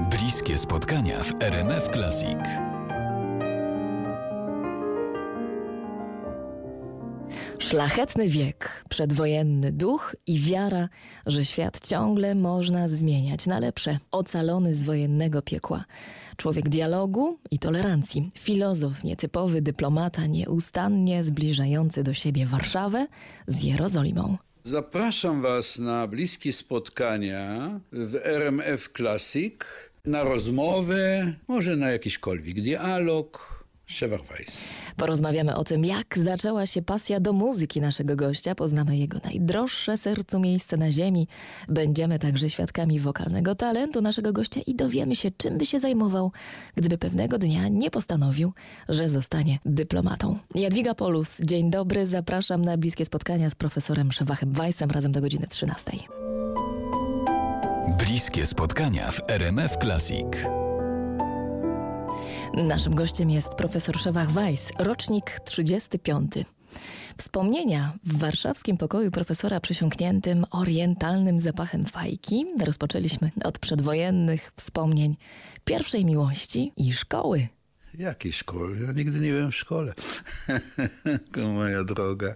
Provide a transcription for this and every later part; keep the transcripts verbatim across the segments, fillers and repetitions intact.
Bliskie spotkania w R M F Classic. Szlachetny wiek, przedwojenny duch i wiara, że świat ciągle można zmieniać na lepsze. Ocalony z wojennego piekła. Człowiek dialogu i tolerancji. Filozof nietypowy, dyplomata nieustannie zbliżający do siebie Warszawę z Jerozolimą. Zapraszam Was na bliskie spotkania w R M F Classic, na rozmowę, może na jakiśkolwiek dialog. Szewach Weiss. Porozmawiamy o tym, jak zaczęła się pasja do muzyki naszego gościa. Poznamy jego najdroższe sercu miejsce na ziemi. Będziemy także świadkami wokalnego talentu naszego gościa i dowiemy się, czym by się zajmował, gdyby pewnego dnia nie postanowił, że zostanie dyplomatą. Jadwiga Polus, dzień dobry. Zapraszam na bliskie spotkania z profesorem Szewachem Weissem razem do godziny trzynastej. Bliskie spotkania w R M F Classic. Naszym gościem jest profesor Szewach Weiss, rocznik trzydziesty piąty. Wspomnienia w warszawskim pokoju profesora przesiąkniętym orientalnym zapachem fajki rozpoczęliśmy od przedwojennych wspomnień pierwszej miłości i szkoły. Jakiej szkoły? Ja nigdy nie byłem w szkole. Moja droga.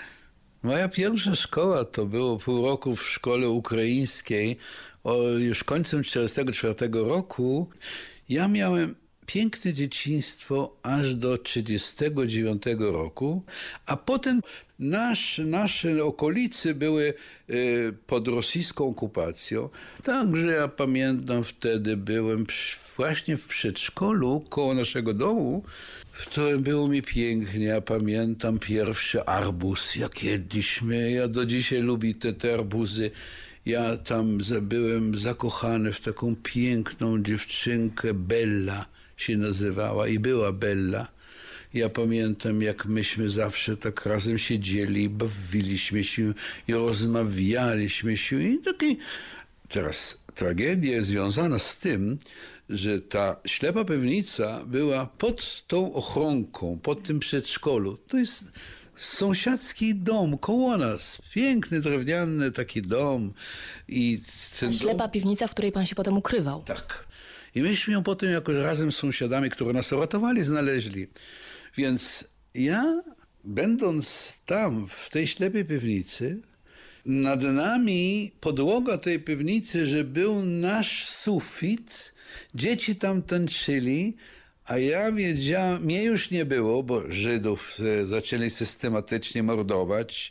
Moja pierwsza szkoła to było pół roku w szkole ukraińskiej. O, już końcem czterdziestego czwartego roku ja miałem piękne dzieciństwo aż do trzydziestego dziewiątego roku, a potem nasz, nasze okolice były y, pod rosyjską okupacją. Także ja pamiętam, wtedy byłem przy, właśnie w przedszkolu koło naszego domu, w którym było mi pięknie. Ja pamiętam pierwszy arbuz, jak jedliśmy. Ja do dzisiaj lubię te, te arbuzy. Ja tam byłem zakochany w taką piękną dziewczynkę, Bella się nazywała i była Bella. Ja pamiętam, jak myśmy zawsze tak razem siedzieli, bawiliśmy się i rozmawialiśmy się. I taki... Teraz tragedia jest związana z tym, że ta ślepa piwnica była pod tą ochronką, pod tym przedszkolu. To jest sąsiadzki dom koło nas. Piękny, drewniany taki dom. I ten Ślepa dom... piwnica, w której pan się potem ukrywał. Tak. I myśmy ją potem jakoś razem z sąsiadami, którzy nas ratowali, znaleźli. Więc ja, będąc tam, w tej ślepej piwnicy, nad nami podłoga tej piwnicy, że był nasz sufit, dzieci tam tańczyli, a ja wiedziałem, mnie już nie było, bo Żydów zaczęli systematycznie mordować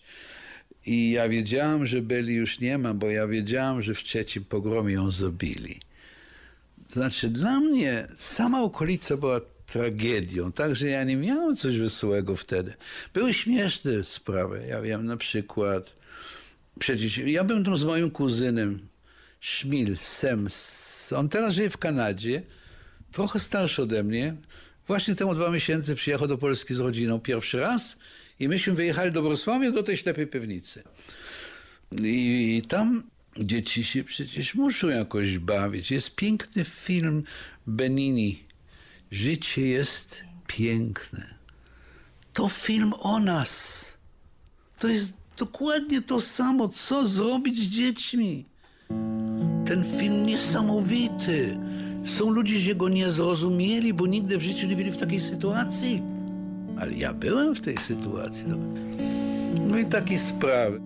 i ja wiedziałem, że Beli już nie ma, bo ja wiedziałem, że w trzecim pogromie ją zabili. To znaczy, dla mnie sama okolica była tragedią, także ja nie miałem coś wesołego wtedy. Były śmieszne sprawy. Ja wiem, na przykład, przecież ja byłem tam z moim kuzynem, Szmil, Sem. On teraz żyje w Kanadzie, trochę starszy ode mnie. Właśnie temu dwa miesiące przyjechał do Polski z rodziną pierwszy raz i myśmy wyjechali do Wrocławia, do tej ślepej piwnicy. I, i tam dzieci się przecież muszą jakoś bawić. Jest piękny film Benini. Życie jest piękne. To film o nas. To jest dokładnie to samo, co zrobić z dziećmi. Ten film niesamowity. Są ludzie, że go nie zrozumieli, bo nigdy w życiu nie byli w takiej sytuacji. Ale ja byłem w tej sytuacji. No i takie sprawy.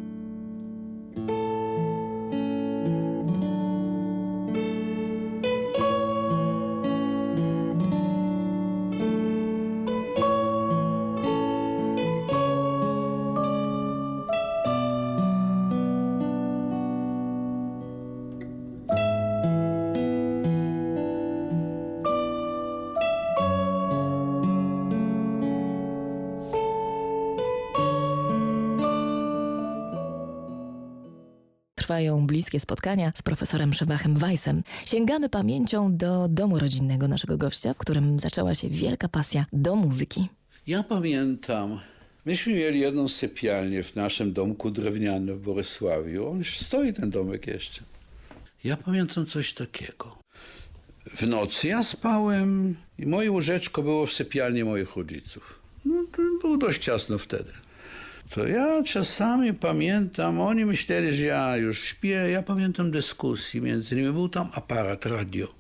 Trwają bliskie spotkania z profesorem Szewachem Weissem. Sięgamy pamięcią do domu rodzinnego naszego gościa, w którym zaczęła się wielka pasja do muzyki. Ja pamiętam, myśmy mieli jedną sypialnię w naszym domku drewnianym w Borysławiu. On już stoi, ten domek jeszcze. Ja pamiętam coś takiego. W nocy ja spałem i moje łóżeczko było w sypialni moich rodziców. No, to było dość ciasno wtedy. To ja czasami pamiętam, oni myśleli, że ja już śpię, ja pamiętam dyskusji między nimi, był tam aparat radio.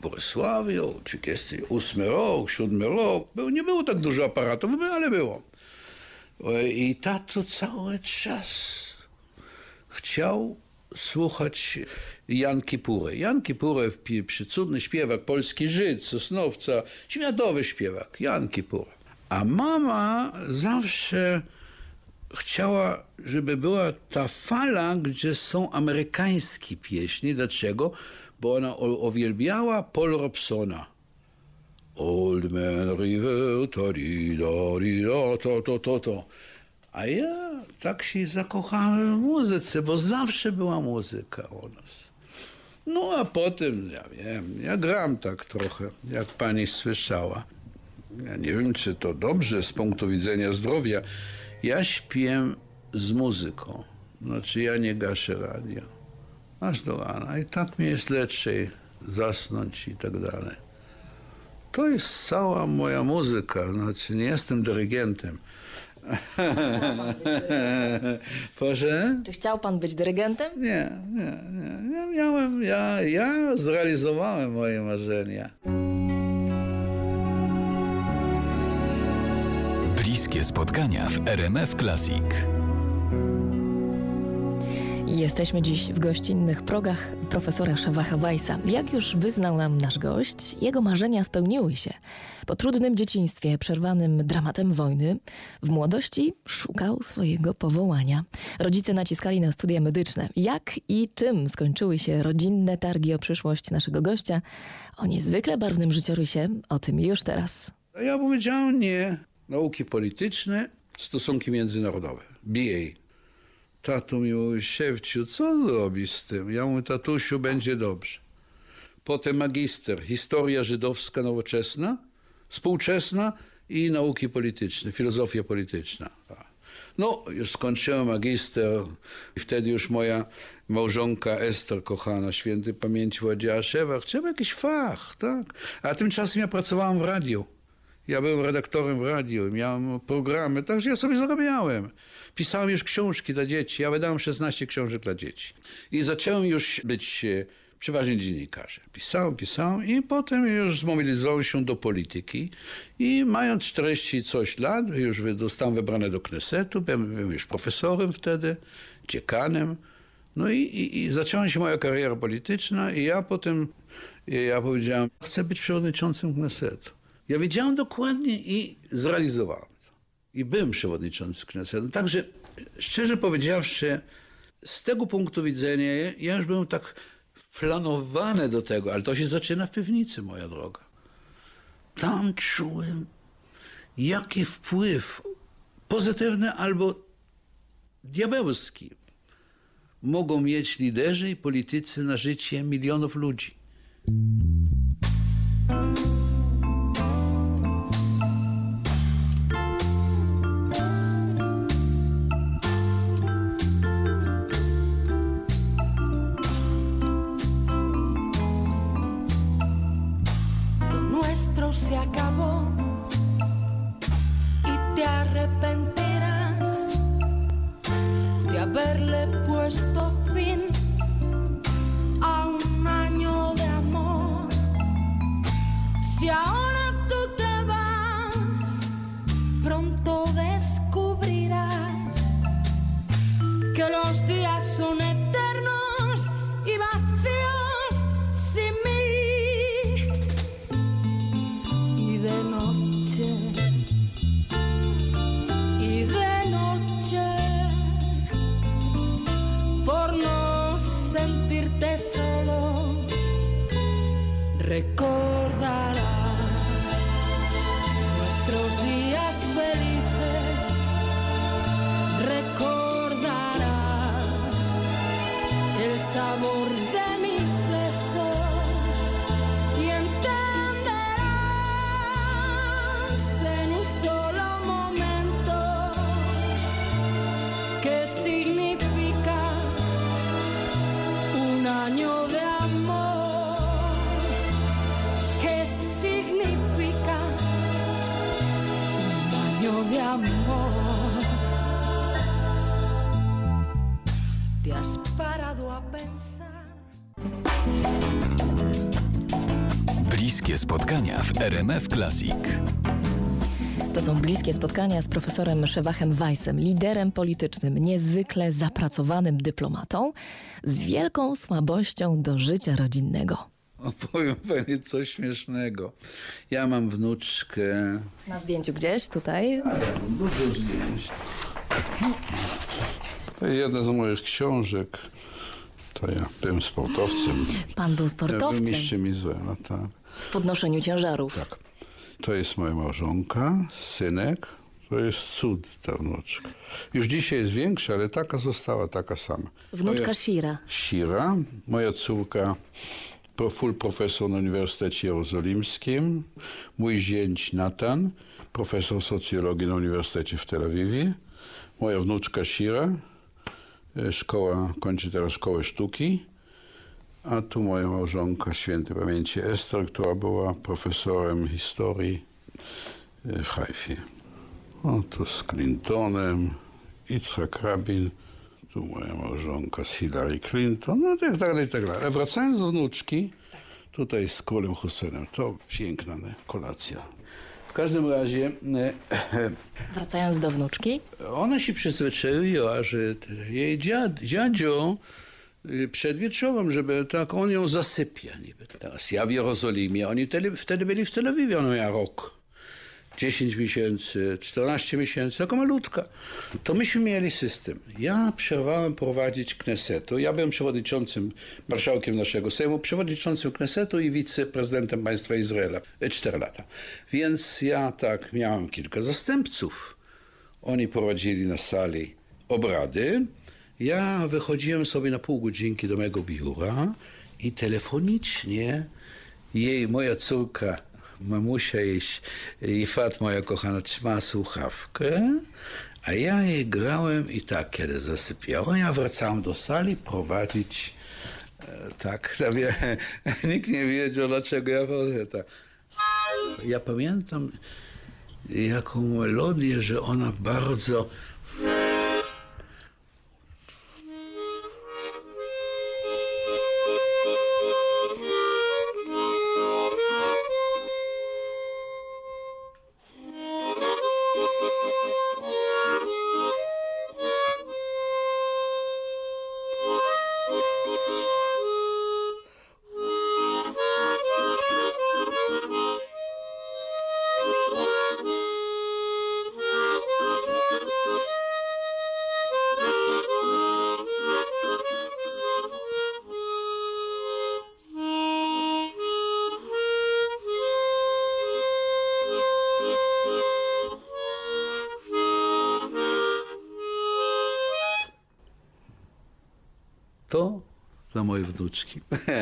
Borysławiu, trzydziesty ósmy rok, siódmy rok. Był, nie było tak dużo aparatów, ale było. I tato cały czas chciał słuchać Jan Kipury. Jan Kipury, przecudny śpiewak, polski Żyd, Sosnowca, światowy śpiewak, Jan Kipury. A mama zawsze chciała, żeby była ta fala, gdzie są amerykańskie pieśni. Dlaczego? Bo ona uwielbiała Paul Robsona. Old Man River, to, to, to, to, to. A ja tak się zakochałem w muzyce, bo zawsze była muzyka u nas. No a potem, ja wiem, ja gram tak trochę, jak pani słyszała. Ja nie wiem, czy to dobrze z punktu widzenia zdrowia. Ja śpię z muzyką. Znaczy ja nie gaszę radia. Aż do rana. I tak mi jest lepiej zasnąć i tak dalej. To jest cała moja muzyka. Znaczy nie jestem dyrygentem. Proszę? Czy chciał pan być dyrygentem? Nie, nie, nie. Ja miałem, ja, ja zrealizowałem moje marzenia. Bliskie spotkania w R M F Classic. Jesteśmy dziś w gościnnych progach profesora Szewacha Weissa. Jak już wyznał nam nasz gość, jego marzenia spełniły się. Po trudnym dzieciństwie, przerwanym dramatem wojny, w młodości szukał swojego powołania. Rodzice naciskali na studia medyczne. Jak i czym skończyły się rodzinne targi o przyszłość naszego gościa? O niezwykle barwnym życiorysie, o tym już teraz. Ja powiedziałem nie. Nauki polityczne, stosunki międzynarodowe. B A. Tato mi mówi, Szewciu, co zrobisz z tym? Ja mówię, tatusiu, będzie dobrze. Potem magister, historia żydowska nowoczesna, współczesna i nauki polityczne, filozofia polityczna. No, już skończyłem magister i wtedy już moja małżonka Ester, kochana, świętej pamięci, powiedziała, Szewach, trzeba jakiś fach, tak? A tymczasem ja pracowałem w radiu. Ja byłem redaktorem w radiu, miałem programy, także ja sobie zarabiałem. Pisałem już książki dla dzieci, ja wydałem szesnaście książek dla dzieci. I zacząłem już być przeważnie dziennikarzem. Pisałem, pisałem i potem już zmobilizowałem się do polityki. I mając czterdzieści coś lat, już zostałem wybrany do Knesetu, byłem, byłem już profesorem wtedy, dziekanem. No i, i, i zaczęła się moja kariera polityczna i ja potem, ja powiedziałem, chcę być przewodniczącym Knesetu. Ja wiedziałem dokładnie i zrealizowałem to. I byłem przewodniczącym Knesetu. Także, szczerze powiedziawszy, z tego punktu widzenia, ja już byłem tak planowany do tego, ale to się zaczyna w piwnicy, moja droga. Tam czułem, jaki wpływ, pozytywny albo diabelski, mogą mieć liderzy i politycy na życie milionów ludzi. Se acabó y te arrepentirás de haberle puesto fin a un año de amor. Si ahora tú te vas, pronto descubrirás que los días son eternos y vacíos sin mí. De noche y de noche, por no sentirte solo, recordarás nuestros días felices, recordarás el sabor de mis besos y en un solo momento qué significa un año de amor, qué significa un año de amor. ¿Te has parado a pensar? Bliskie spotkania w R M F Classic. To są bliskie spotkania z profesorem Szewachem Weissem, liderem politycznym, niezwykle zapracowanym dyplomatą, z wielką słabością do życia rodzinnego. Opowiem pani coś śmiesznego. Ja mam wnuczkę. Na zdjęciu gdzieś, tutaj. Dużo zdjęć. To jedna z moich książek. To ja byłem sportowcem. Pan był Ja sportowcem byłem mistrzem Izraela, tak. w podnoszeniu ciężarów. Tak. To jest moja małżonka, synek. To jest cud, ta wnuczka. Już dzisiaj jest większa, ale taka została, taka sama. Wnuczka Moja Shira. Shira, moja córka, pro- full profesor na Uniwersytecie Jerozolimskim. Mój zięć Natan, profesor socjologii na Uniwersytecie w Tel Awiwie. Moja wnuczka Shira, e, szkoła, kończy teraz szkołę sztuki. A tu moja małżonka świętej pamięci Ester, która była profesorem historii w Haifie. O, tu z Clintonem, Yitzhak Rabin, tu moja małżonka z Hillary Clinton, no i tak dalej, i tak dalej. Ale wracając do wnuczki, tutaj z królem Husseinem, to piękna nie? Kolacja. W każdym razie e, Wracając do wnuczki. ona się przyzwyczaiła, że jej dziad, dziadzio przed wieczorem, żeby tak on ją zasypia niby. Teraz ja w Jerozolimie, oni wtedy, wtedy byli w Tel Awiwie, ona miała rok. dziesięć miesięcy, czternaście miesięcy, taka malutka. To myśmy mieli system. Ja przerwałem prowadzić Knesetu. Ja byłem przewodniczącym, marszałkiem naszego Sejmu, przewodniczącym Knesetu i wiceprezydentem państwa Izraela. Cztery lata. Więc ja tak miałem kilka zastępców. Oni prowadzili na sali obrady. Ja wychodziłem sobie na pół godzinki do mego biura i telefonicznie jej, moja córka, mamusia jej, Ifat, moja kochana, trzymała słuchawkę, a ja jej grałem i tak, kiedy zasypiała, ja wracałem do sali prowadzić, e, tak, tam ja, nikt nie wiedział, dlaczego ja chodzę. Tak. Ja pamiętam jaką melodię, że ona bardzo... To dla mojej wnuczki.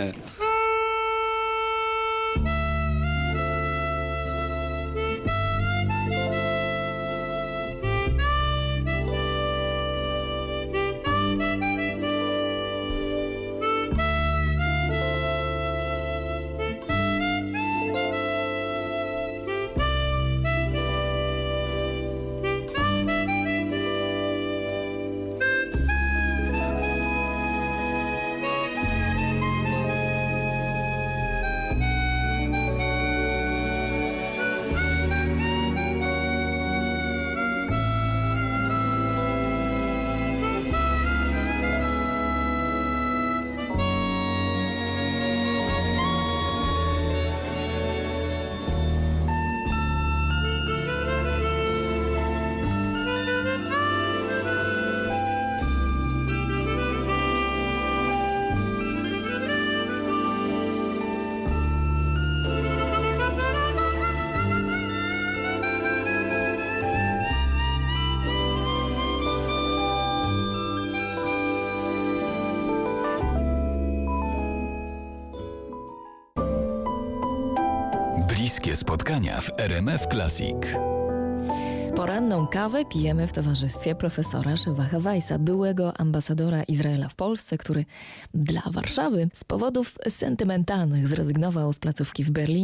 Bliskie spotkania w R M F Classic. Poranną kawę pijemy w towarzystwie profesora Szewacha Weissa, byłego ambasadora Izraela w Polsce, który dla Warszawy z powodów sentymentalnych zrezygnował z placówki w Berlinie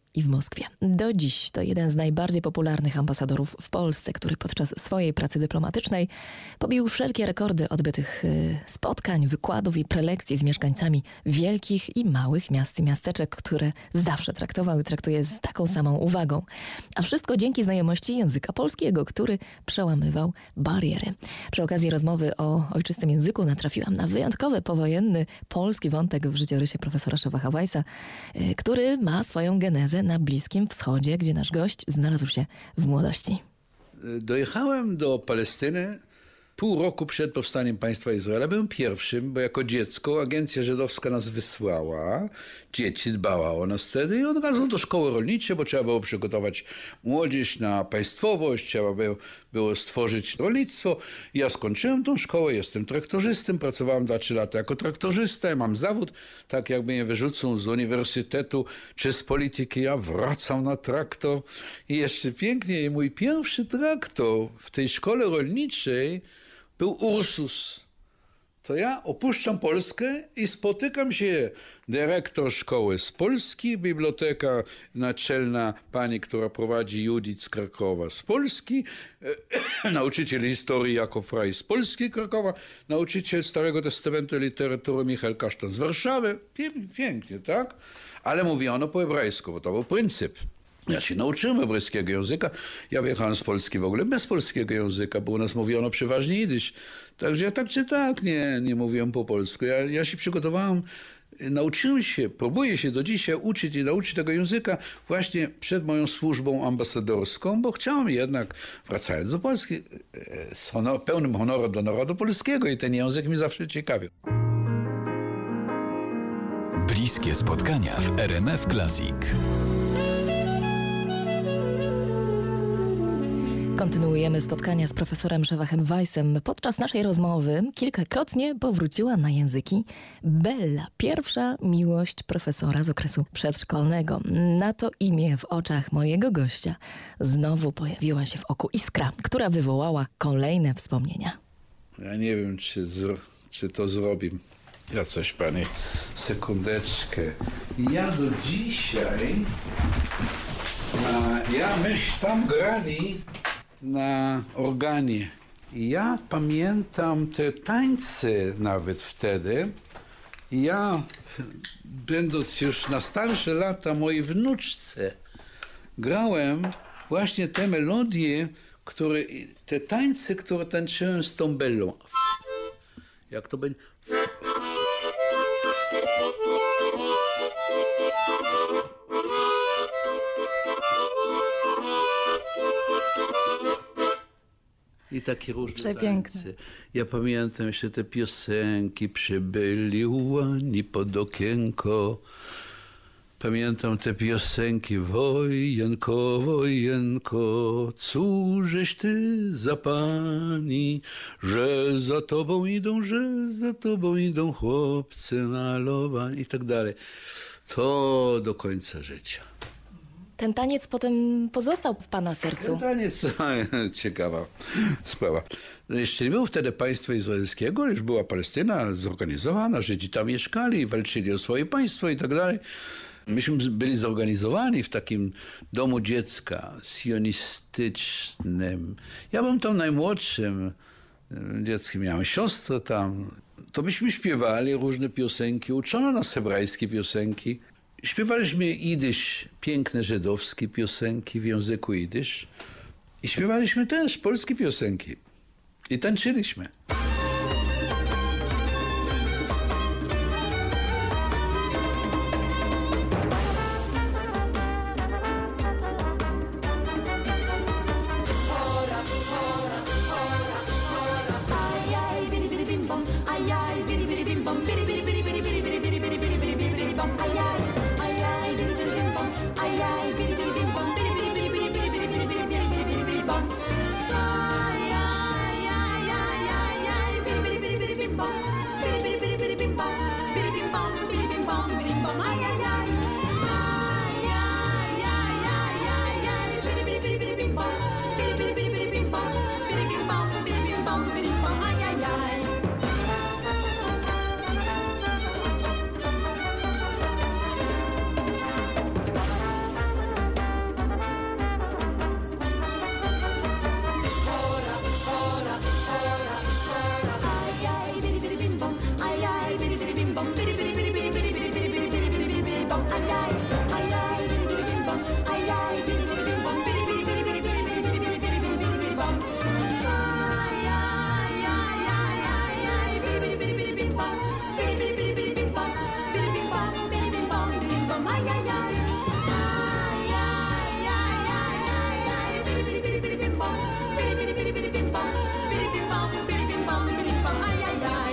i w Moskwie. Do dziś to jeden z najbardziej popularnych ambasadorów w Polsce, który podczas swojej pracy dyplomatycznej pobił wszelkie rekordy odbytych y, spotkań, wykładów i prelekcji z mieszkańcami wielkich i małych miast i miasteczek, które zawsze traktował i traktuje z taką samą uwagą. A wszystko dzięki znajomości języka polskiego, który przełamywał bariery. Przy okazji rozmowy o ojczystym języku natrafiłam na wyjątkowy powojenny polski wątek w życiorysie profesora Szewacha Weissa, y, który ma swoją genezę na Bliskim Wschodzie, gdzie nasz gość znalazł się w młodości. Dojechałem do Palestyny pół roku przed powstaniem państwa Izraela. Byłem pierwszym, bo jako dziecko agencja żydowska nas wysłała. Dzieci dbała o nas wtedy i od razu do szkoły rolniczej, bo trzeba było przygotować młodzież na państwowość, trzeba było, było stworzyć rolnictwo. Ja skończyłem tą szkołę, jestem traktorzystą, pracowałem dwa trzy lata jako traktorzysta, mam zawód. Tak jakby mnie wyrzucą z uniwersytetu czy z polityki, ja wracam na traktor. I jeszcze pięknie, mój pierwszy traktor w tej szkole rolniczej był Ursus. To ja opuszczam Polskę i spotykam się dyrektor szkoły z Polski, biblioteka naczelna pani, która prowadzi Judith z Krakowa z Polski, nauczyciel historii Jakub Fraj z Polski, Krakowa, nauczyciel Starego Testamentu i literatury Michał Kasztan z Warszawy. Pięknie, tak? Ale mówiono po hebrajsku, bo to był pryncyp. Ja się nauczyłem hebrajskiego języka. Ja wyjechałem z Polski w ogóle bez polskiego języka, bo u nas mówiono przeważnie jidysz. Także ja tak czy tak nie, nie mówiłem po polsku. Ja, ja się przygotowałem, nauczyłem się, próbuję się do dzisiaj uczyć i nauczyć tego języka właśnie przed moją służbą ambasadorską, bo chciałem jednak, wracając do Polski, z honor, pełnym honorem do narodu polskiego i ten język mi zawsze ciekawił. Bliskie spotkania w R M F Classic. Kontynuujemy spotkania z profesorem Szewachem Weissem. Podczas naszej rozmowy kilkakrotnie powróciła na języki Bella, pierwsza miłość profesora z okresu przedszkolnego. Na to imię w oczach mojego gościa znowu pojawiła się w oku iskra, która wywołała kolejne wspomnienia. Ja nie wiem, czy, zro, czy to zrobię. Ja coś, panie, sekundeczkę. Ja do dzisiaj, a, ja myśmy tam grali na organie. I ja pamiętam te tańce nawet wtedy. Ja, będąc już na starsze lata mojej wnuczce, grałem właśnie te melodie, które, te tańce, które tańczyłem z tą Bellą. Jak to będzie? I takie różne Przepiękne. tańce. Ja pamiętam jeszcze te piosenki. Przybyli ułani pod okienko. Pamiętam te piosenki. Wojenko, wojenko, cóżeś ty za pani, że za tobą idą, że za tobą idą chłopcy malowani i tak dalej. To do końca życia. Ten taniec potem pozostał w pana sercu. Ten taniec, ciekawa sprawa. Jeszcze nie było wtedy państwa izraelskiego, już była Palestyna zorganizowana, Żydzi tam mieszkali, walczyli o swoje państwo i tak dalej. Myśmy byli zorganizowani w takim domu dziecka sionistycznym. Ja byłem tam najmłodszym dzieckiem, miałem siostrę tam. To myśmy śpiewali różne piosenki, uczono nas hebrajskie piosenki. Śpiewaliśmy jidysz, piękne żydowskie piosenki w języku jidysz. I śpiewaliśmy też polskie piosenki. I tańczyliśmy. bum, ay ay, ay ay, bidi bidi bim bum, ay ay, bidi bidi bim bum, bidi bidi bidi bidi bidi bidi bidi bidi bidi bidi bidi bidi bum, ay ay ay ay ay ay, bidi bidi bidi bidi bim bum, bidi bidi bidi bidi bim bum, bidi bim bum, bidi bim bum, bidi bim bum, ay ay ay, ay ay ay ay ay ay, bidi bidi bidi bidi bim bum, bidi bidi bidi bidi bim bum, bidi bim bum, bidi bim bum, bidi bim bum, ay ay ay.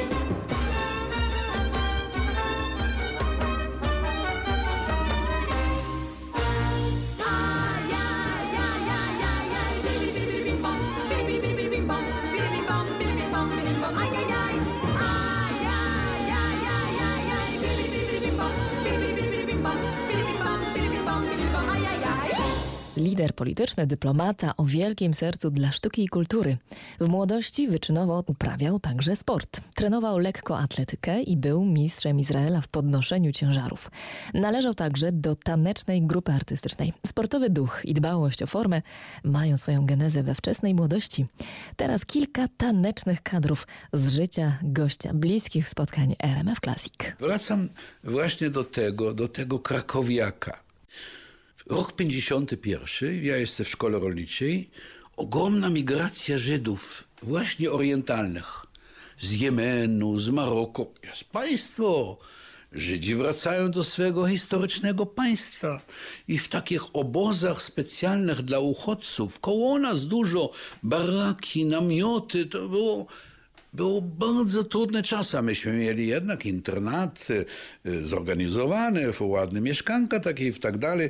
Lider polityczny, dyplomata o wielkim sercu dla sztuki i kultury. W młodości wyczynowo uprawiał także sport. Trenował lekkoatletykę i był mistrzem Izraela w podnoszeniu ciężarów. Należał także do tanecznej grupy artystycznej. Sportowy duch i dbałość o formę mają swoją genezę we wczesnej młodości. Teraz kilka tanecznych kadrów z życia gościa bliskich spotkań R M F Classic. Wracam właśnie do tego, do tego krakowiaka. Rok pięćdziesiąty pierwszy, ja jestem w szkole rolniczej, ogromna migracja Żydów, właśnie orientalnych, z Jemenu, z Maroku. Jest państwo. Żydzi wracają do swojego historycznego państwa i w takich obozach specjalnych dla uchodźców, koło nas dużo, baraki, namioty, to było... Było bardzo trudne czasy. Myśmy mieli jednak internat zorganizowany, ładne mieszkanka takie i tak dalej.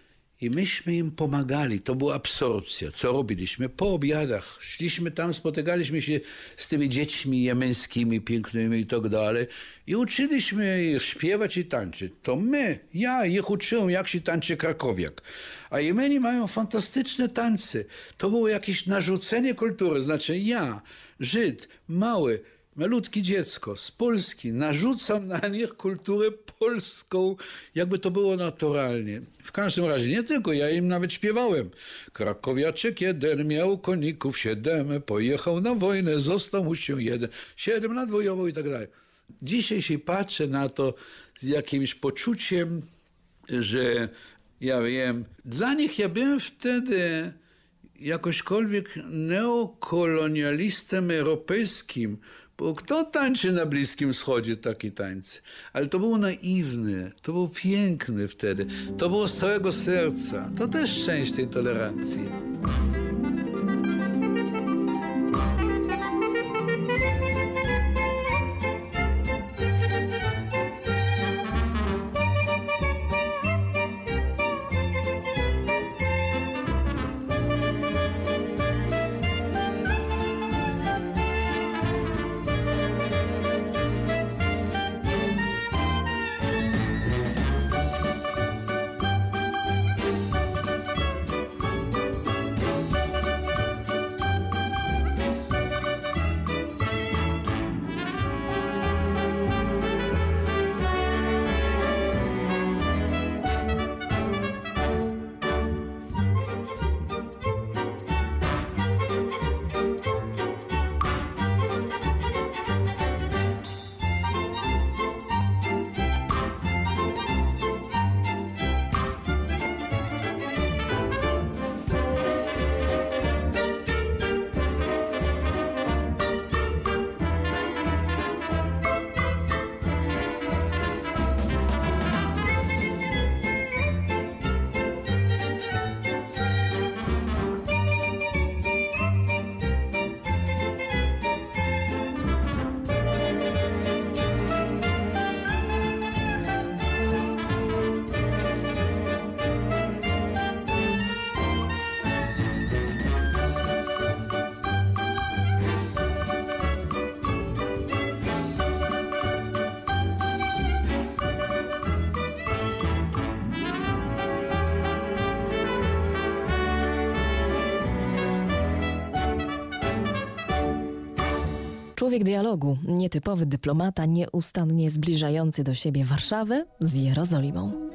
I myśmy im pomagali. To była absorpcja. Co robiliśmy? Po obiadach. Szliśmy tam, spotykaliśmy się z tymi dziećmi jemeńskimi, pięknymi i tak dalej. I uczyliśmy ich śpiewać i tańczyć. To my, ja ich uczyłem, jak się tańczy krakowiak. A Jemeni mają fantastyczne tańce. To było jakieś narzucenie kultury. Znaczy ja, Żyd, mały, malutkie dziecko z Polski, narzucam na nich kulturę polską, jakby to było naturalnie. W każdym razie, nie tylko, ja im nawet śpiewałem. Krakowiaczek jeden miał koników siedem, pojechał na wojnę, został mu się jeden, siedem lat wojował i tak dalej. Dzisiaj się patrzę na to z jakimś poczuciem, że ja wiem, dla nich ja byłem wtedy jakośkolwiek neokolonialistem europejskim, bo kto tańczy na Bliskim Wschodzie takie tańce? Ale to było naiwne, to było piękne wtedy, to było z całego serca. To też część tej tolerancji. Człowiek dialogu, nietypowy dyplomata, nieustannie zbliżający do siebie Warszawę z Jerozolimą.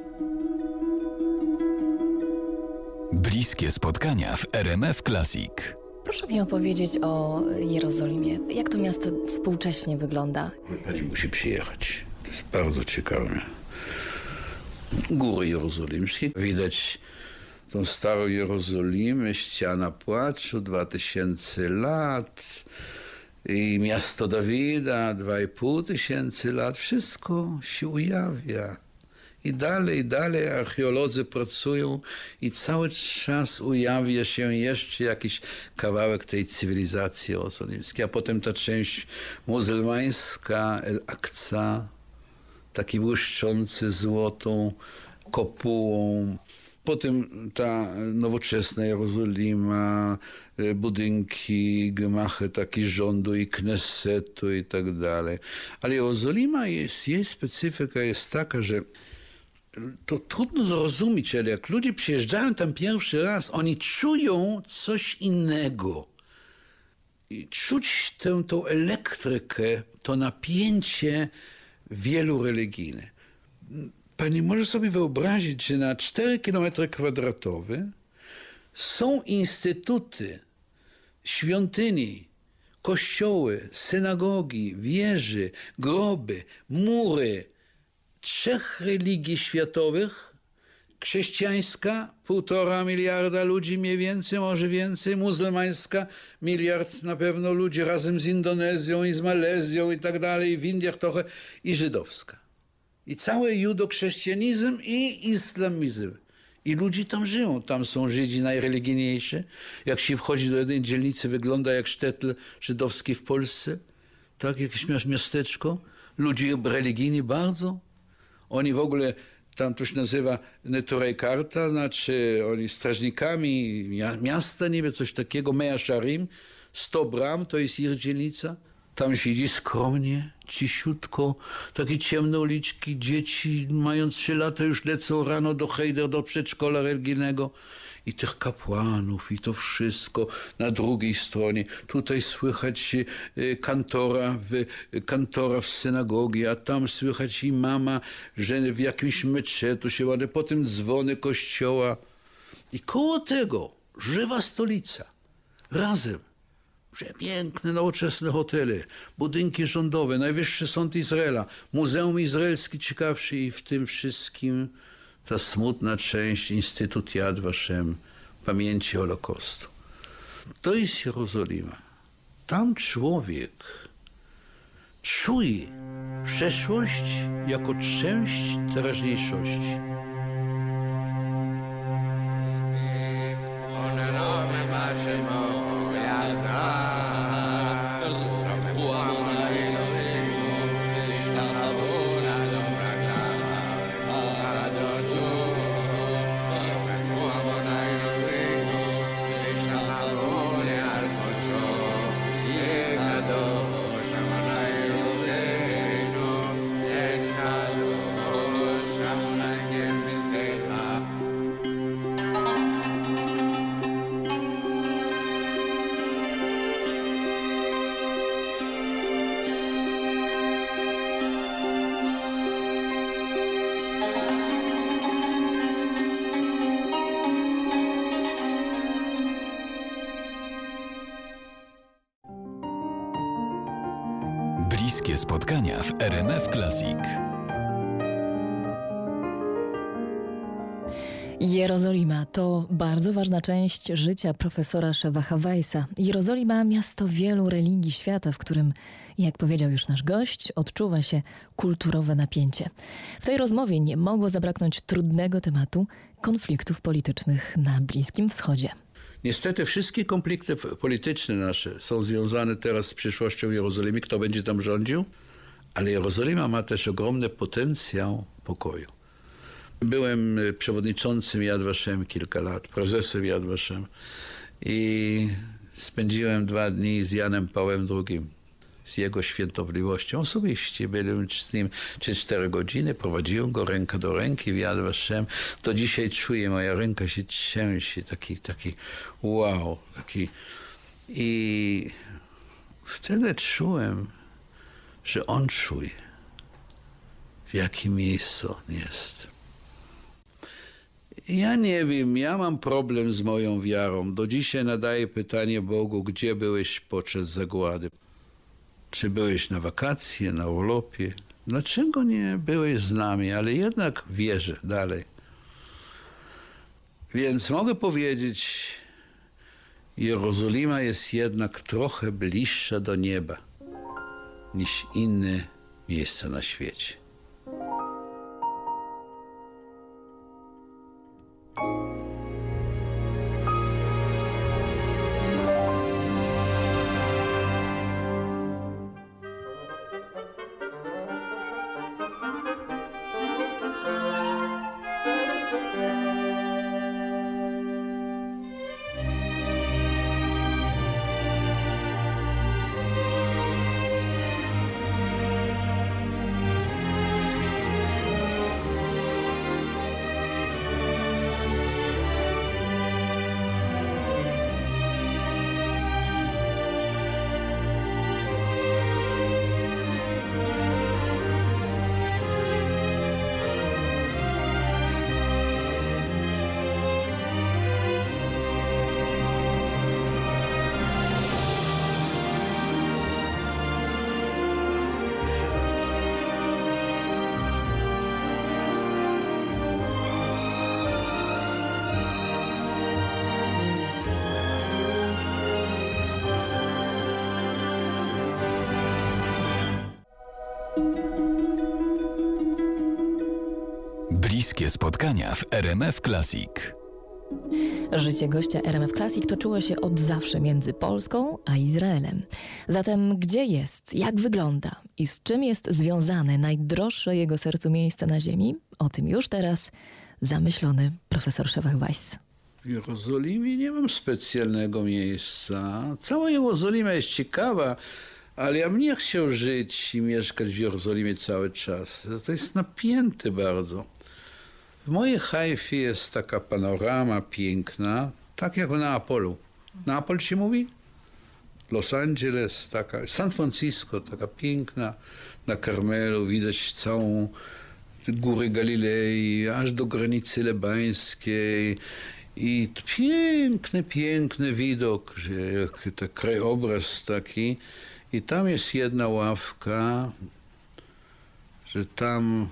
Bliskie spotkania w R M F Classic. Proszę mi opowiedzieć o Jerozolimie. Jak to miasto współcześnie wygląda? Pani musi przyjechać. To jest bardzo ciekawe. góry jerozolimskie. Widać tą starą Jerozolimę, ściana płaczu, dwa tysiące lat i miasto Dawida, dwa i pół tysięcy lat. Wszystko się ujawia. I dalej, dalej archeolodzy pracują i cały czas ujawia się jeszcze jakiś kawałek tej cywilizacji jerozolimskiej. A potem ta część muzułmańska, El-Aqsa, taki błyszczący złotą kopułą. Potem ta nowoczesna Jerozolima, budynki, gmachy takie rządu i knesetu i tak dalej. Ale Jerozolima jest, jej specyfika jest taka, że to trudno zrozumieć, ale jak ludzie przyjeżdżają tam pierwszy raz, oni czują coś innego. I czuć tę, tą elektrykę, to napięcie wielu religijne. Pani może sobie wyobrazić, że na cztery kilometry kwadratowe są instytuty, świątyni, kościoły, synagogi, wieże, groby, mury trzech religii światowych. Chrześcijańska półtora miliarda ludzi mniej więcej, może więcej, muzułmańska miliard na pewno ludzi razem z Indonezją i z Malezją i tak dalej, w Indiach trochę, i żydowska. I cały judochrześcijanizm i islamizm. I ludzie tam żyją. Tam są Żydzi najreligijniejsi. Jak się wchodzi do jednej dzielnicy, wygląda jak sztetl żydowski w Polsce. Tak, jakieś miasteczko. Ludzie religijni bardzo. Oni w ogóle, tam to się nazywa Neturei Karta, znaczy oni strażnikami miasta, nie wiem, coś takiego, Mea Sharim, sto bram, to jest ich dzielnica. Tam siedzi skromnie, cichutko, takie ciemne uliczki, dzieci mają trzy lata już lecą rano do hejder, do przedszkola religijnego. I tych kapłanów, i to wszystko na drugiej stronie. Tutaj słychać kantora w, kantora w synagogi, a tam słychać imama, że w jakimś meczetu się ładuje, potem dzwony kościoła. I koło tego żywa stolica. Razem. Przepiękne, nowoczesne hotele, budynki rządowe, Najwyższy Sąd Izraela, Muzeum Izraelskie ciekawsze i w tym wszystkim ta smutna część Instytut Yad Vashem, pamięci Holokaustu. To jest Jerozolima. Tam człowiek czuje przeszłość jako część teraźniejszości. Bliskie spotkania w R M F Classic. Jerozolima to bardzo ważna część życia profesora Shevacha Weissa. Jerozolima, miasto wielu religii świata, w którym, jak powiedział już nasz gość, odczuwa się kulturowe napięcie. W tej rozmowie nie mogło zabraknąć trudnego tematu konfliktów politycznych na Bliskim Wschodzie. Niestety wszystkie konflikty polityczne nasze są związane teraz z przyszłością Jerozolimy, kto będzie tam rządził, ale Jerozolima ma też ogromny potencjał pokoju. Byłem przewodniczącym Yad Vashem kilka lat, prezesem Yad Vashem i spędziłem dwa dni z Janem Pawłem drugim, z jego świętobliwością osobiście. Byłem z nim trzy cztery godziny, prowadziłem go ręka do ręki w Yad Vashem. Do dzisiaj czuję, moja ręka się trzęsie, taki, taki wow, taki. I wtedy czułem, że on czuje, w jakim miejscu on jest. Ja nie wiem, ja mam problem z moją wiarą. Do dzisiaj nadaję pytanie Bogu, gdzie byłeś podczas zagłady? Czy byłeś na wakacje, na urlopie, dlaczego nie byłeś z nami, ale jednak wierzę dalej. Więc mogę powiedzieć, Jerozolima jest jednak trochę bliższa do nieba niż inne miejsca na świecie. Bliskie spotkania w R M F Classic. Życie gościa R M F Classic toczyło się od zawsze między Polską a Izraelem. Zatem gdzie jest, jak wygląda i z czym jest związane najdroższe jego sercu miejsce na ziemi? O tym już teraz zamyślony profesor Szewach-Weiss. W Jerozolimie nie mam specjalnego miejsca. Cała Jerozolima jest ciekawa, ale ja bym nie chciał żyć i mieszkać w Jerozolimie cały czas. To jest napięte bardzo. W mojej Hajfie jest taka panorama piękna, tak jak w Neapolu. Neapol się mówi? Los Angeles, taka, San Francisco, taka piękna. Na Karmelu widać całą góry Galilei, aż do granicy lebańskiej. I piękny, piękny widok, że jak to krajobraz taki. I tam jest jedna ławka, że tam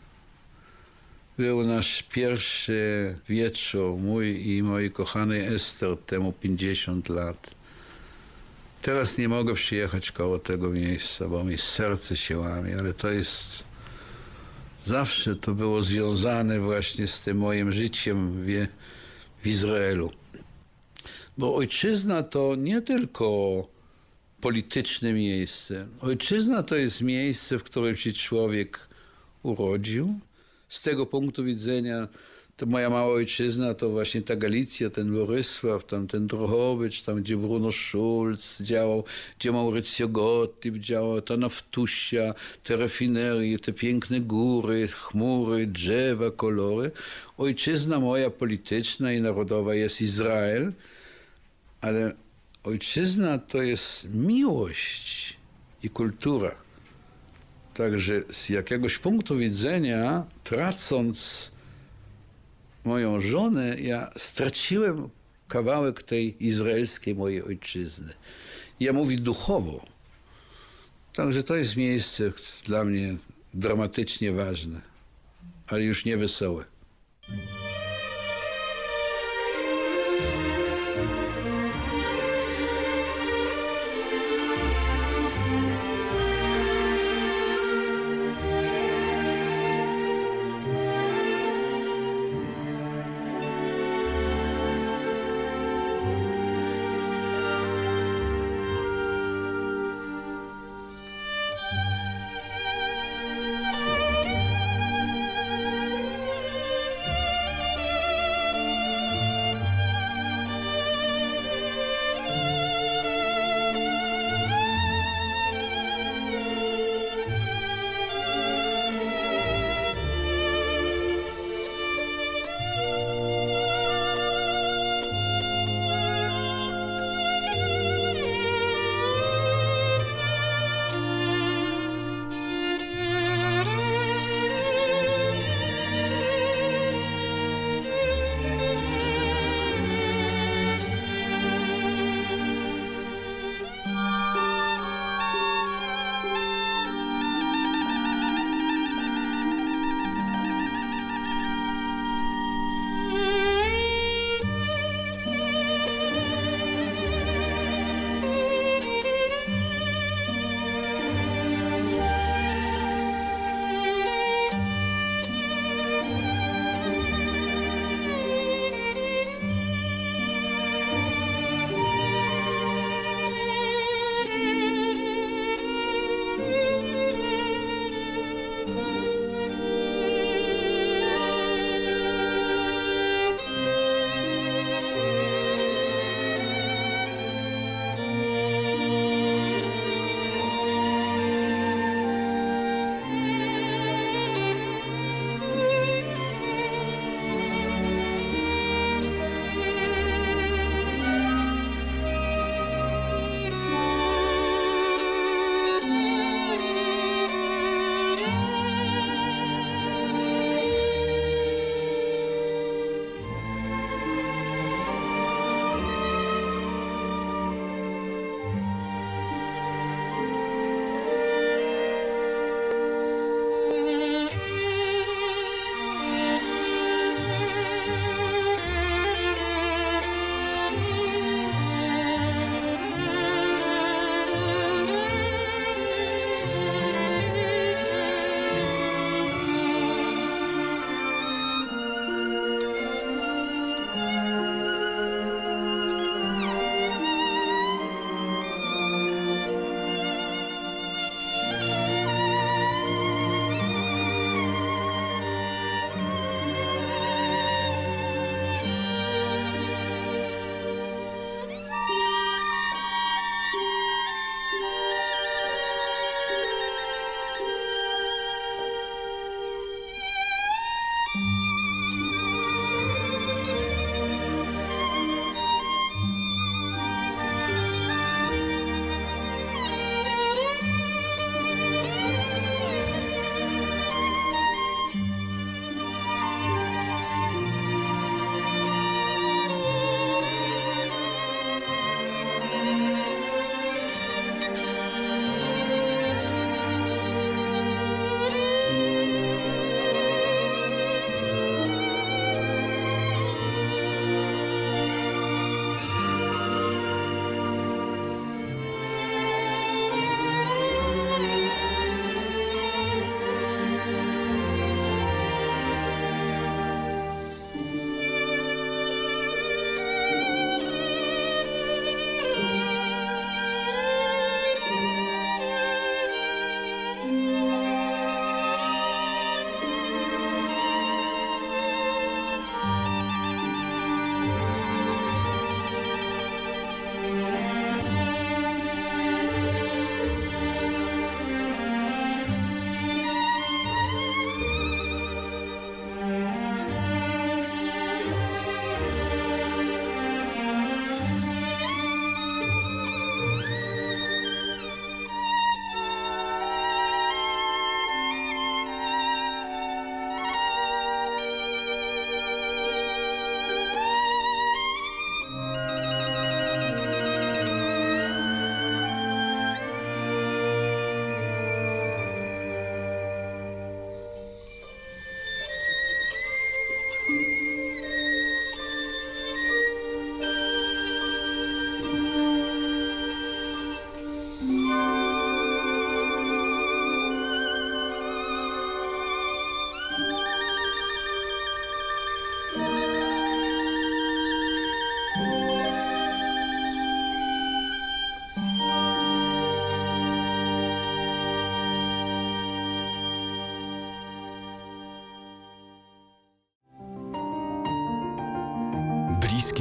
był nasz pierwszy wieczór, mój i mojej kochanej Ester, temu pięćdziesiąt lat. Teraz nie mogę przyjechać koło tego miejsca, bo mi serce się łamie, ale to jest... Zawsze to było związane właśnie z tym moim życiem w, w Izraelu. Bo ojczyzna to nie tylko polityczne miejsce. Ojczyzna to jest miejsce, w którym się człowiek urodził. Z tego punktu widzenia to moja mała ojczyzna to właśnie ta Galicja, ten Borysław, tam ten Drohobycz, tam gdzie Bruno Schulz działał, gdzie Maurycio Gottlieb działał, ta Naftusia, te rafinerie, te piękne góry, chmury, drzewa, kolory. Ojczyzna moja polityczna i narodowa jest Izrael, ale ojczyzna to jest miłość i kultura. Także z jakiegoś punktu widzenia, tracąc moją żonę, ja straciłem kawałek tej izraelskiej mojej ojczyzny. Ja mówię duchowo. Także to jest miejsce dla mnie dramatycznie ważne, ale już nie wesołe.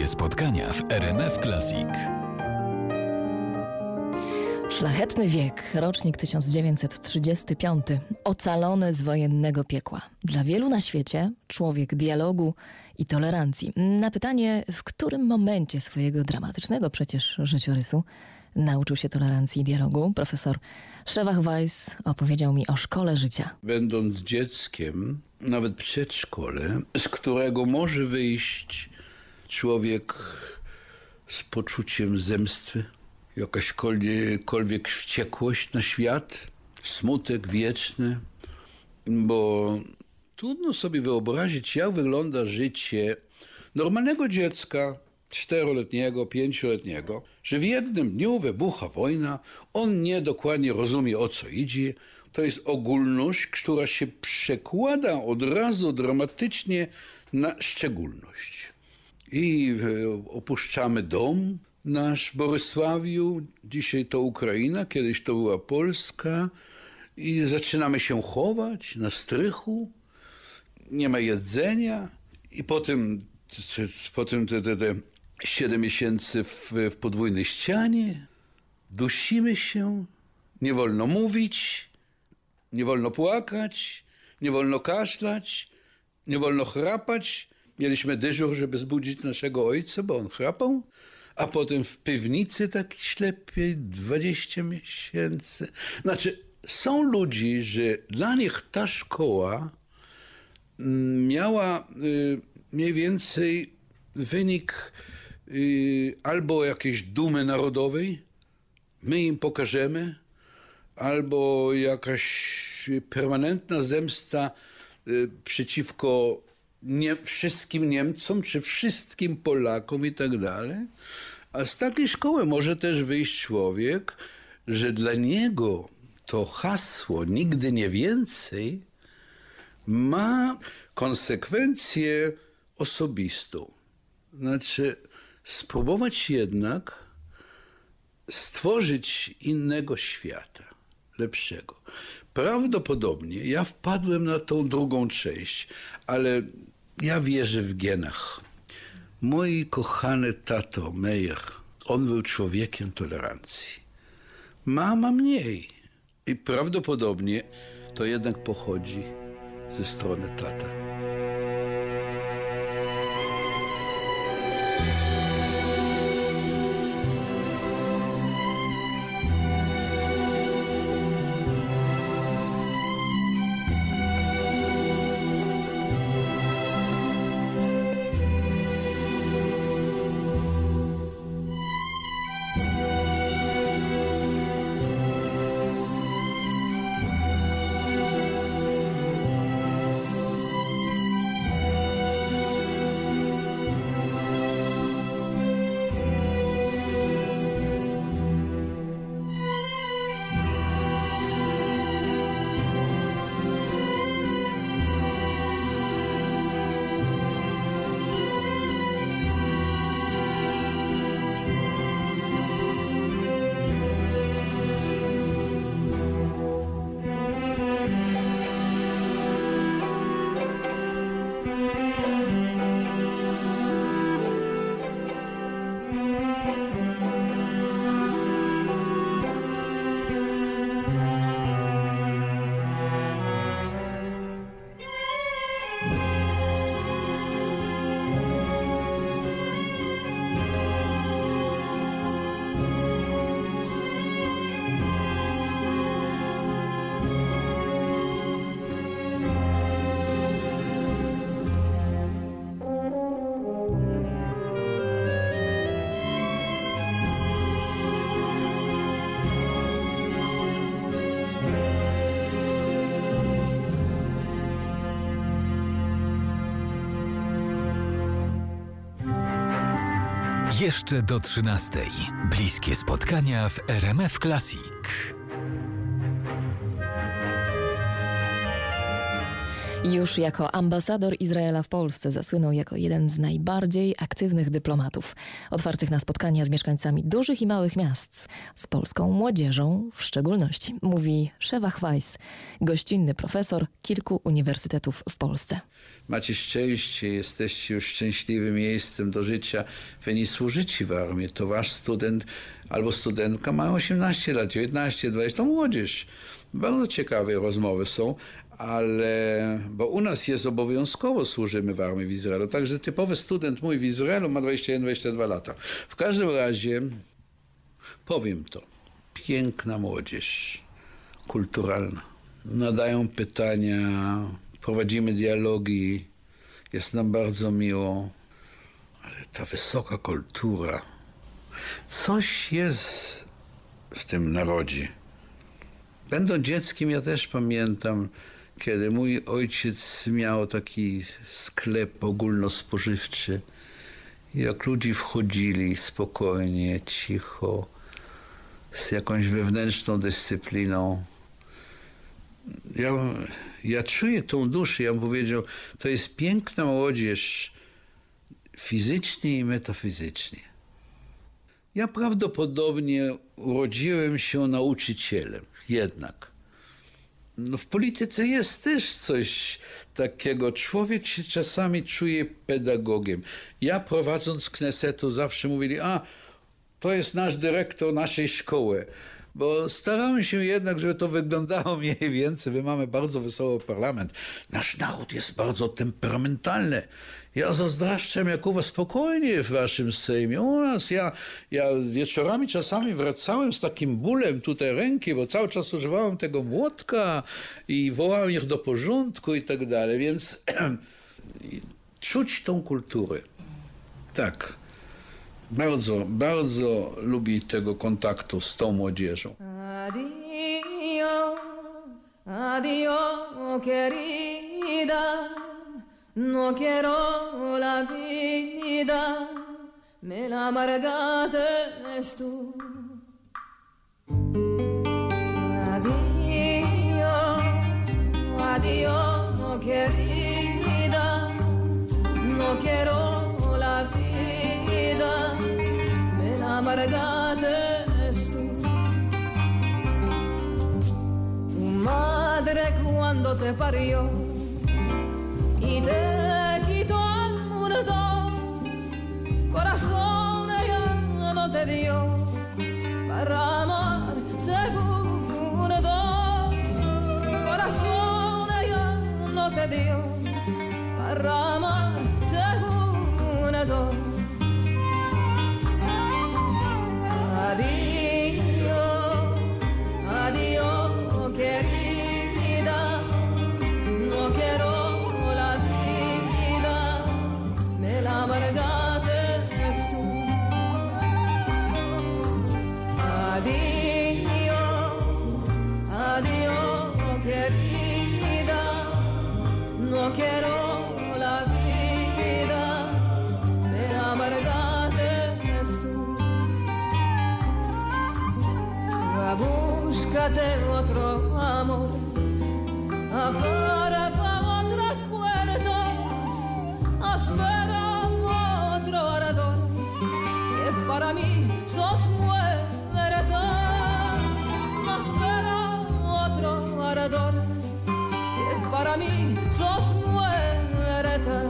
spotkania w R M F Classic. Szlachetny wiek, rocznik tysiąc dziewięćset trzydziesty piąty, ocalony z wojennego piekła. Dla wielu na świecie człowiek dialogu i tolerancji. Na pytanie, w którym momencie swojego dramatycznego przecież życiorysu nauczył się tolerancji i dialogu, profesor Szewach Weiss opowiedział mi o szkole życia. Będąc dzieckiem, nawet przedszkole, z którego może wyjść człowiek z poczuciem zemsty, jakaśkolwiek wściekłość na świat, smutek wieczny, bo trudno sobie wyobrazić, jak wygląda życie normalnego dziecka, czteroletniego, pięcioletniego, że w jednym dniu wybucha wojna, on nie dokładnie rozumie, o co idzie. To jest ogólność, która się przekłada od razu dramatycznie na szczególność. I opuszczamy dom nasz w Borysławiu, dzisiaj to Ukraina, kiedyś to była Polska, i zaczynamy się chować na strychu, nie ma jedzenia, i potem, potem te, te, te siedem miesięcy w, w podwójnej ścianie, dusimy się, nie wolno mówić, nie wolno płakać, nie wolno kaszlać, nie wolno chrapać. Mieliśmy dyżur, żeby zbudzić naszego ojca, bo on chrapał. A potem w piwnicy tak ślepiej dwadzieścia miesięcy. Znaczy, są ludzi, że dla nich ta szkoła miała y, mniej więcej wynik y, albo jakiejś dumy narodowej, my im pokażemy, albo jakaś permanentna zemsta y, przeciwko nie, wszystkim Niemcom, czy wszystkim Polakom i tak dalej. A z takiej szkoły może też wyjść człowiek, że dla niego to hasło nigdy nie więcej ma konsekwencję osobistą. Znaczy spróbować jednak stworzyć innego świata, lepszego. Prawdopodobnie ja wpadłem na tą drugą część, ale ja wierzę w genach. Mój kochany tato Meyer, on był człowiekiem tolerancji. Mama mniej. I prawdopodobnie to jednak pochodzi ze strony tata. Jeszcze do trzynastej. Bliskie spotkania w R M F Classic. Już jako ambasador Izraela w Polsce zasłynął jako jeden z najbardziej aktywnych dyplomatów, otwartych na spotkania z mieszkańcami dużych i małych miast, z polską młodzieżą w szczególności, mówi Szewach Weiss, gościnny profesor kilku uniwersytetów w Polsce. macie szczęście, jesteście już szczęśliwym miejscem do życia, wy nie służycie w armii, to wasz student albo studentka ma osiemnaście lat, dziewiętnaście, dwadzieścia, to młodzież. Bardzo ciekawe rozmowy są, ale, bo u nas jest obowiązkowo służymy w armii w Izraelu, także typowy student mój w Izraelu ma dwadzieścia jeden dwadzieścia dwa lata. W każdym razie powiem to, piękna młodzież, kulturalna, nadają pytania, prowadzimy dialogi, jest nam bardzo miło, ale ta wysoka kultura, coś jest w tym narodzie. Będąc dzieckiem, ja też pamiętam, kiedy mój ojciec miał taki sklep ogólnospożywczy, jak ludzie wchodzili spokojnie, cicho, z jakąś wewnętrzną dyscypliną. Ja, ja czuję tą duszę, ja bym powiedział, to jest piękna młodzież fizycznie i metafizycznie. Ja prawdopodobnie urodziłem się nauczycielem, jednak. No w polityce jest też coś takiego. Człowiek się czasami czuje pedagogiem. Ja prowadząc Knesetu zawsze mówili, a to jest nasz dyrektor naszej szkoły. Bo staramy się jednak, żeby to wyglądało mniej więcej. My mamy bardzo wesoły parlament. Nasz naród jest bardzo temperamentalny. Ja zazdraszczam, jak u was spokojnie w waszym Sejmie. U nas ja, ja wieczorami czasami wracałem z takim bólem tutaj ręki, bo cały czas używałem tego młotka i wołałem ich do porządku i tak dalej. Więc czuć tą kulturę. Tak. Bardzo, bardzo lubi tego kontaktu z tą młodzieżą. Adio, adio, querida, no quiero la vida, me la amargaste tú. Adio, adio, querida, no quiero la vida, me la amargaste tú. Tu madre cuando te parió y te quitó al mundo, corazón ella no te dio para amar segundo, corazón ella no te dio para amar segundo. Adio, adio, querida, no quiero la vida, me la amargaste tú. Adio, adio, querida, no quiero la vida, me la amargaste tú. Búscate otro amor, afuera otras puertas, espera otro ardor, que para mí sos muerta, espera otro ardor, que para mí sos muerta.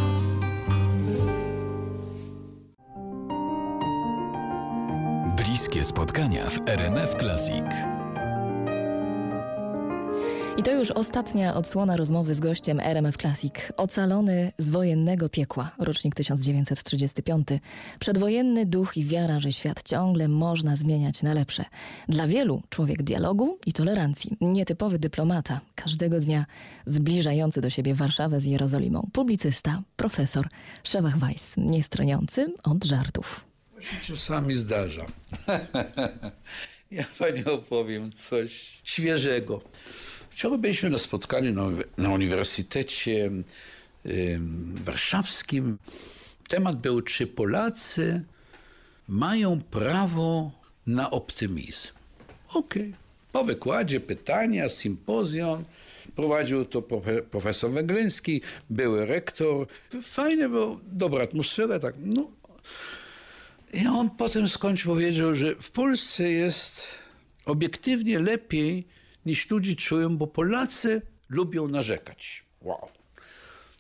Bliskie spotkania w R M F Classic. I to już ostatnia odsłona rozmowy z gościem R M F Classic. Ocalony z wojennego piekła, rocznik tysiąc dziewięćset trzydziesty piąty. Przedwojenny duch i wiara, że świat ciągle można zmieniać na lepsze. Dla wielu człowiek dialogu i tolerancji. Nietypowy dyplomata, każdego dnia zbliżający do siebie Warszawę z Jerozolimą. Publicysta, profesor, Szewach Weiss, niestroniący od żartów. To się czasami zdarza. Ja pani opowiem coś świeżego. Wczoraj byliśmy na spotkaniu na, na Uniwersytecie y, Warszawskim. Temat był, czy Polacy mają prawo na optymizm. Okej. Okay. Po wykładzie pytania, sympozjon. Prowadził to profesor Węgleński, były rektor. Fajnie, bo dobra atmosfera. Tak. No. I on potem skończył, powiedział, że w Polsce jest obiektywnie lepiej niż ludzie czują, bo Polacy lubią narzekać. Wow.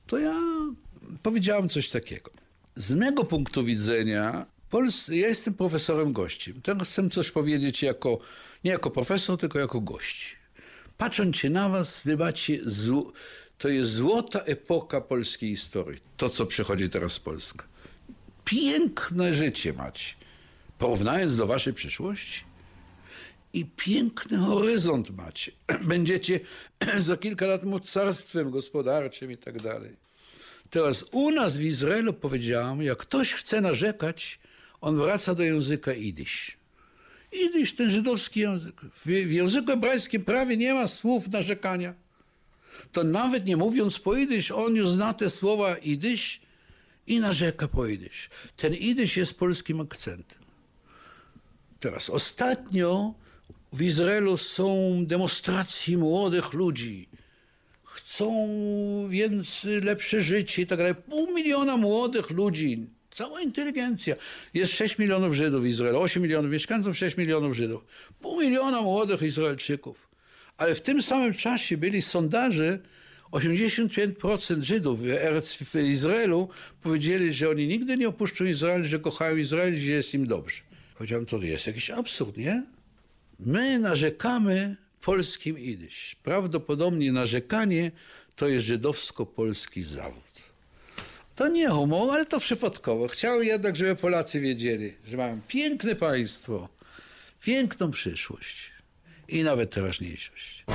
to ja powiedziałem coś takiego. Z mego punktu widzenia, Pols- ja jestem profesorem gościem. Teraz chcę coś powiedzieć jako, nie jako profesor, tylko jako gość. Patrząc się na was, wybacie, zł- to jest złota epoka polskiej historii. To, co przychodzi teraz z Polska. Piękne życie macie. Porównując do waszej przyszłości. I piękny horyzont macie. Będziecie za kilka lat mocarstwem gospodarczym i tak dalej. Teraz u nas w Izraelu powiedziałem, jak ktoś chce narzekać, on wraca do języka idysz. Idysz, ten żydowski język. W, w języku hebrajskim prawie nie ma słów narzekania. To nawet nie mówiąc po idysz, on już zna te słowa idysz i narzeka po idysz. Ten idysz jest polskim akcentem. Teraz ostatnio w Izraelu są demonstracje młodych ludzi. Chcą więc lepsze życie i tak dalej. Pół miliona młodych ludzi, cała inteligencja. Jest sześć milionów Żydów w Izraelu, osiem milionów mieszkańców, sześć milionów Żydów. Pół miliona młodych Izraelczyków. Ale w tym samym czasie byli sondaże, osiemdziesiąt pięć procent Żydów w Izraelu powiedzieli, że oni nigdy nie opuszczą Izrael, że kochają Izrael, że jest im dobrze. Powiedziałem, to jest jakiś absurd, nie? My narzekamy polskim idysz. Prawdopodobnie narzekanie to jest żydowsko-polski zawód. To nie humor, ale to przypadkowo. Chciałem jednak, żeby Polacy wiedzieli, że mają piękne państwo, piękną przyszłość i nawet teraźniejszość.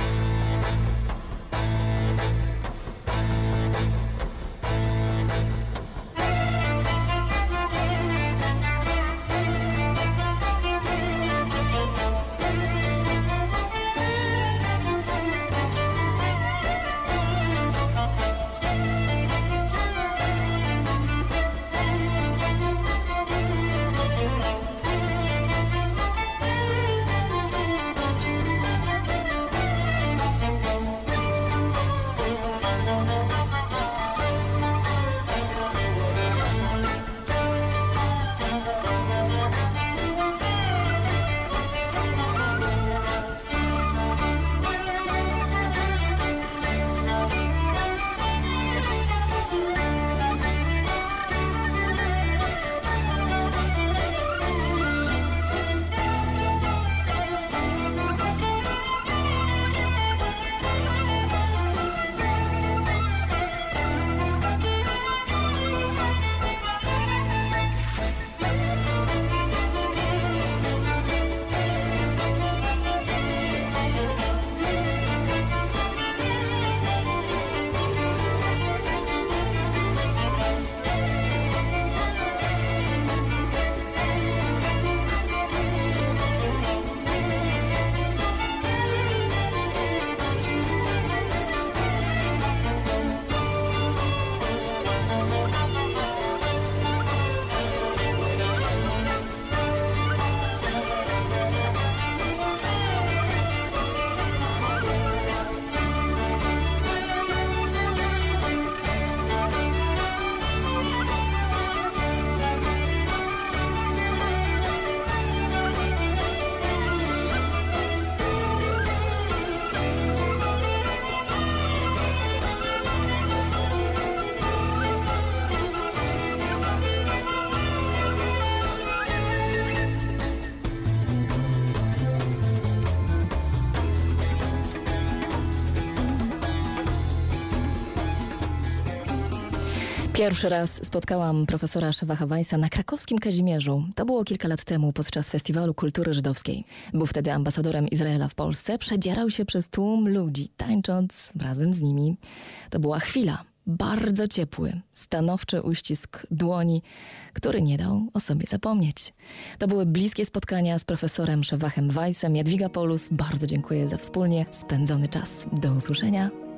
Pierwszy raz spotkałam profesora Shevacha Weissa na krakowskim Kazimierzu. To było kilka lat temu podczas Festiwalu Kultury Żydowskiej. Był wtedy ambasadorem Izraela w Polsce. Przedzierał się przez tłum ludzi, tańcząc razem z nimi. To była chwila, bardzo ciepły, stanowczy uścisk dłoni, który nie dał o sobie zapomnieć. To były bliskie spotkania z profesorem Shevachem Weissem. Jadwiga Polus, bardzo dziękuję za wspólnie spędzony czas. Do usłyszenia.